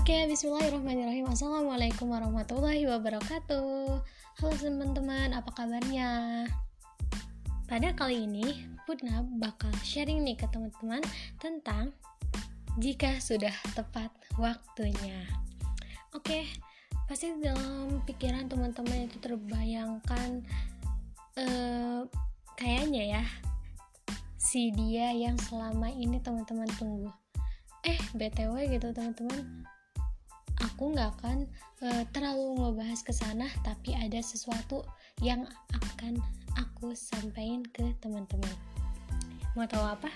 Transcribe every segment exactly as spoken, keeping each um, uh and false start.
Oke, bismillahirrahmanirrahim. Assalamualaikum warahmatullahi wabarakatuh. Halo teman-teman, apa kabarnya? Pada kali ini, Putna bakal sharing nih ke teman-teman tentang jika sudah tepat waktunya. Oke, pasti dalam pikiran teman-teman itu terbayangkan eh, kayaknya ya, si dia yang selama ini teman-teman tunggu. Eh, B T W gitu teman-teman, aku gak akan e, terlalu ngebahas ke sana, tapi ada sesuatu yang akan aku sampaikan ke teman-teman. Mau tahu apa?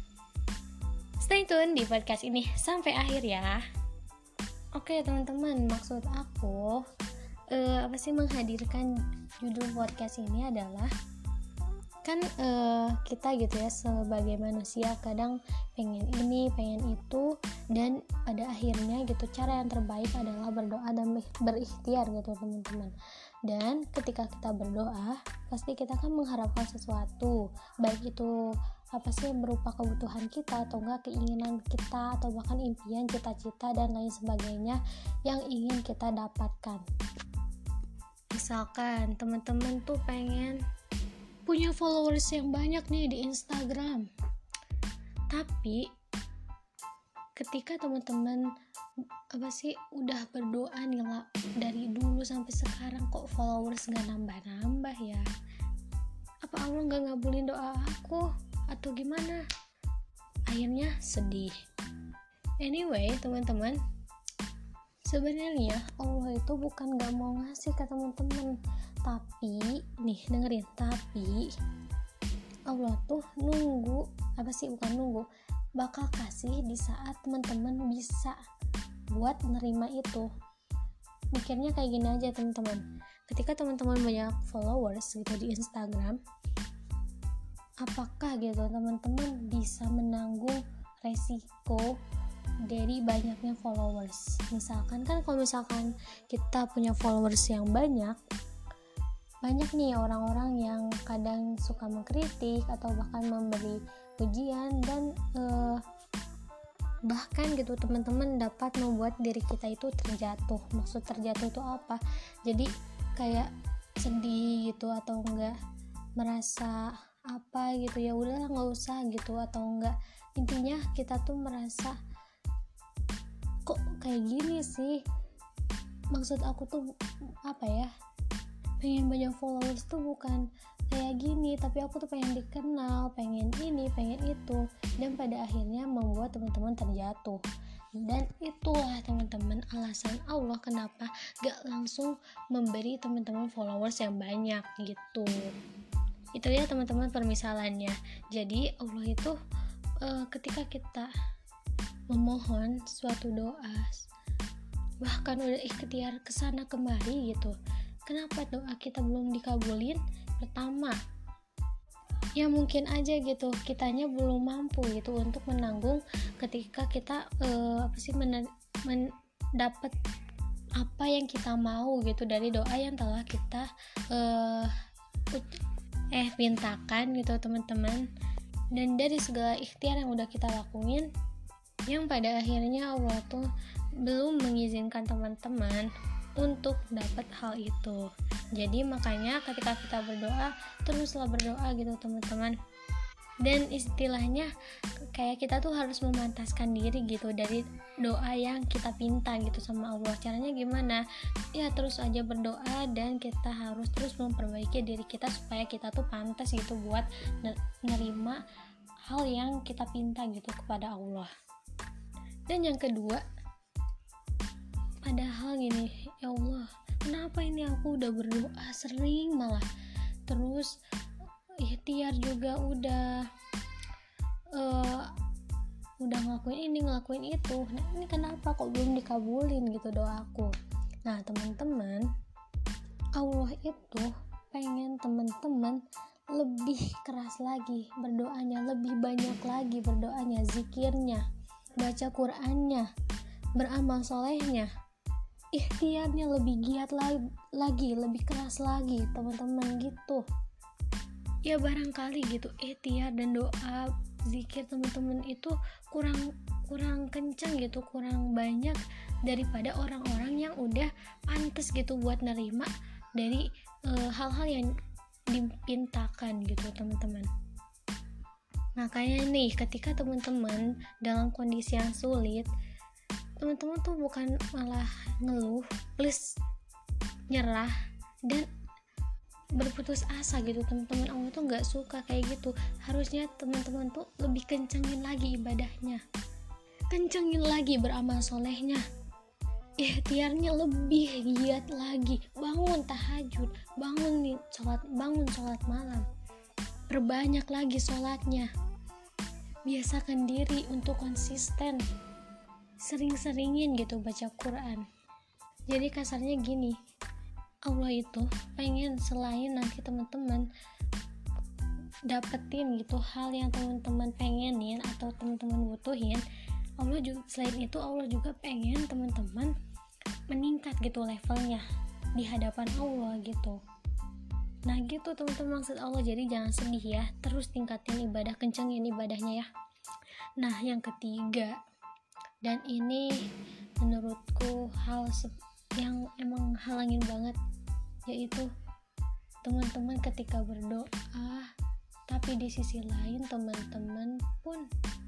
Stay tune di podcast ini sampai akhir ya. Oke teman-teman, maksud aku e, apa sih menghadirkan judul podcast ini adalah kan uh, kita gitu ya sebagai manusia kadang pengen ini, pengen itu, dan pada akhirnya gitu cara yang terbaik adalah berdoa dan berikhtiar gitu teman-teman. Dan ketika kita berdoa pasti kita kan mengharapkan sesuatu, baik itu apa sih berupa kebutuhan kita atau enggak keinginan kita atau bahkan impian, cita-cita dan lain sebagainya yang ingin kita dapatkan. Misalkan teman-teman tuh pengen punya followers yang banyak nih di Instagram, tapi ketika teman-teman apa sih udah berdoa nih lah dari dulu sampai sekarang kok followers gak nambah-nambah ya, apa Allah gak ngabulin doa aku atau gimana? Akhirnya sedih. Anyway teman-teman, sebenarnya Allah itu bukan gak mau ngasih ke teman-teman, tapi nih dengerin, tapi Allah tuh nunggu apa sih bukan nunggu bakal kasih di saat teman-teman bisa buat nerima itu. Mikirnya kayak gini aja teman-teman, ketika teman-teman banyak followers gitu di Instagram, apakah gitu teman-teman bisa menanggung resiko dari banyaknya followers? Misalkan kan kalau misalkan kita punya followers yang banyak banyak nih orang-orang yang kadang suka mengkritik atau bahkan memberi pujian dan uh, bahkan gitu teman-teman dapat membuat diri kita itu terjatuh. Maksud terjatuh itu apa? Jadi kayak sedih gitu atau enggak merasa apa gitu, ya udahlah nggak usah gitu, atau enggak intinya kita tuh merasa kok kayak gini sih. Maksud aku tuh apa ya, pengen banyak followers tuh bukan kayak gini, tapi aku tuh pengen dikenal, pengen ini, pengen itu, dan pada akhirnya membuat teman-teman terjatuh. Dan itulah teman-teman alasan Allah kenapa gak langsung memberi teman-teman followers yang banyak gitu. Itu ya teman-teman permisalannya. Jadi Allah itu uh, ketika kita memohon suatu doa, bahkan udah ikhtiar kesana kemari gitu, kenapa doa kita belum dikabulin? Pertama, ya mungkin aja gitu kitanya belum mampu gitu untuk menanggung ketika kita uh, apa sih men- mendapat apa yang kita mau gitu dari doa yang telah kita uh, eh mintakan gitu teman-teman. Dan dari segala ikhtiar yang udah kita lakuin, yang pada akhirnya Allah tuh belum mengizinkan teman-teman untuk dapat hal itu. Jadi makanya ketika kita berdoa, teruslah berdoa gitu teman-teman. Dan istilahnya kayak kita tuh harus memantaskan diri gitu dari doa yang kita pinta gitu sama Allah. Caranya gimana? Ya terus aja berdoa, dan kita harus terus memperbaiki diri kita supaya kita tuh pantas gitu buat nerima hal yang kita pinta gitu kepada Allah. Dan yang kedua, padahal gini, ya Allah, kenapa ini aku udah berdoa sering malah, terus ikhtiar juga udah uh, udah ngelakuin ini, ngelakuin itu, nah ini kenapa kok belum dikabulin gitu doaku? Nah teman-teman, Allah itu pengen teman-teman lebih keras lagi berdoanya, lebih banyak lagi berdoanya, zikirnya, baca Qur'annya, beramal solehnya, ikhtiarnya lebih giat lagi, lebih keras lagi teman-teman gitu. Ya barangkali gitu ikhtiar dan doa zikir teman-teman itu kurang kurang kencang gitu, kurang banyak daripada orang-orang yang udah pantas gitu buat nerima dari uh, hal-hal yang dipintakan gitu teman-teman. Makanya nih ketika teman-teman dalam kondisi yang sulit, teman-teman tuh bukan malah ngeluh plus nyerah dan berputus asa gitu teman-teman. Allah tuh nggak suka kayak gitu. Harusnya teman-teman tuh lebih kencengin lagi ibadahnya, kencengin lagi beramal solehnya, ikhtiarnya lebih giat lagi, bangun tahajud, bangun nih sholat, bangun sholat malam, perbanyak lagi sholatnya, biasakan diri untuk konsisten, sering-seringin gitu baca Quran. Jadi kasarnya gini, Allah itu pengen selain nanti teman-teman dapetin gitu hal yang teman-teman pengenin atau teman-teman butuhin, Allah juga selain itu Allah juga pengen teman-teman meningkat gitu levelnya di hadapan Allah gitu. Nah gitu teman-teman maksud Allah. Jadi jangan sedih ya, terus tingkatin ibadah, kencengin ibadahnya ya. Nah yang ketiga, dan ini menurutku hal yang emang halangin banget, yaitu teman-teman ketika berdoa tapi di sisi lain teman-teman pun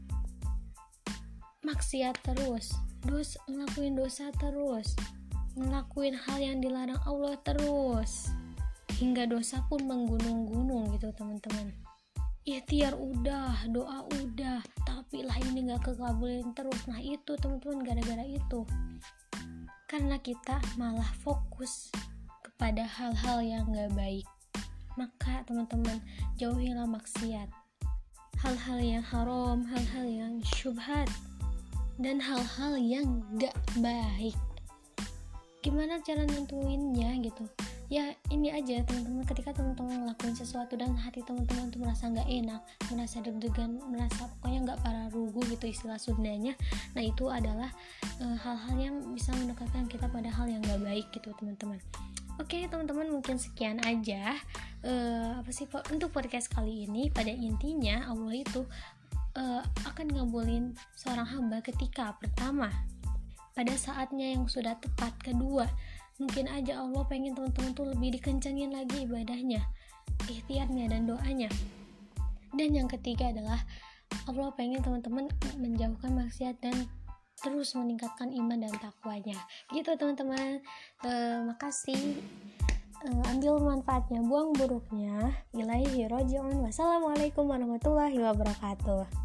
maksiat terus, dos ngelakuin dosa terus, ngelakuin hal yang dilarang Allah terus, hingga dosa pun menggunung-gunung gitu teman-teman. Ikhtiar udah, doa udah, tapi lah ini gak kekabulin terus. Nah itu teman-teman gara-gara itu, karena kita malah fokus kepada hal-hal yang gak baik. Maka teman-teman jauhilah maksiat, hal-hal yang haram, hal-hal yang syubhat, dan hal-hal yang gak baik. Gimana cara nentuinnya gitu? Ya ini aja teman-teman, ketika teman-teman ngelakuin sesuatu dan hati teman-teman tuh merasa gak enak, merasa deg-degan, merasa pokoknya gak pararugu gitu istilah Sundanya. Nah itu adalah e, hal-hal yang bisa mendekatkan kita pada hal yang gak baik gitu teman-teman. Oke teman-teman, mungkin sekian aja uh, apa sih untuk podcast kali ini. Pada intinya Allah itu uh, akan ngabulin seorang hamba ketika pertama pada saatnya yang sudah tepat, kedua mungkin aja Allah pengen teman-teman tuh lebih dikencangin lagi ibadahnya, ikhtiarnya dan doanya, dan yang ketiga adalah Allah pengen teman-teman menjauhkan maksiat dan terus meningkatkan iman dan takwanya gitu teman-teman. Uh, makasih, uh, ambil manfaatnya, buang buruknya. Ilaihi roji'un. Wassalamualaikum warahmatullahi wabarakatuh.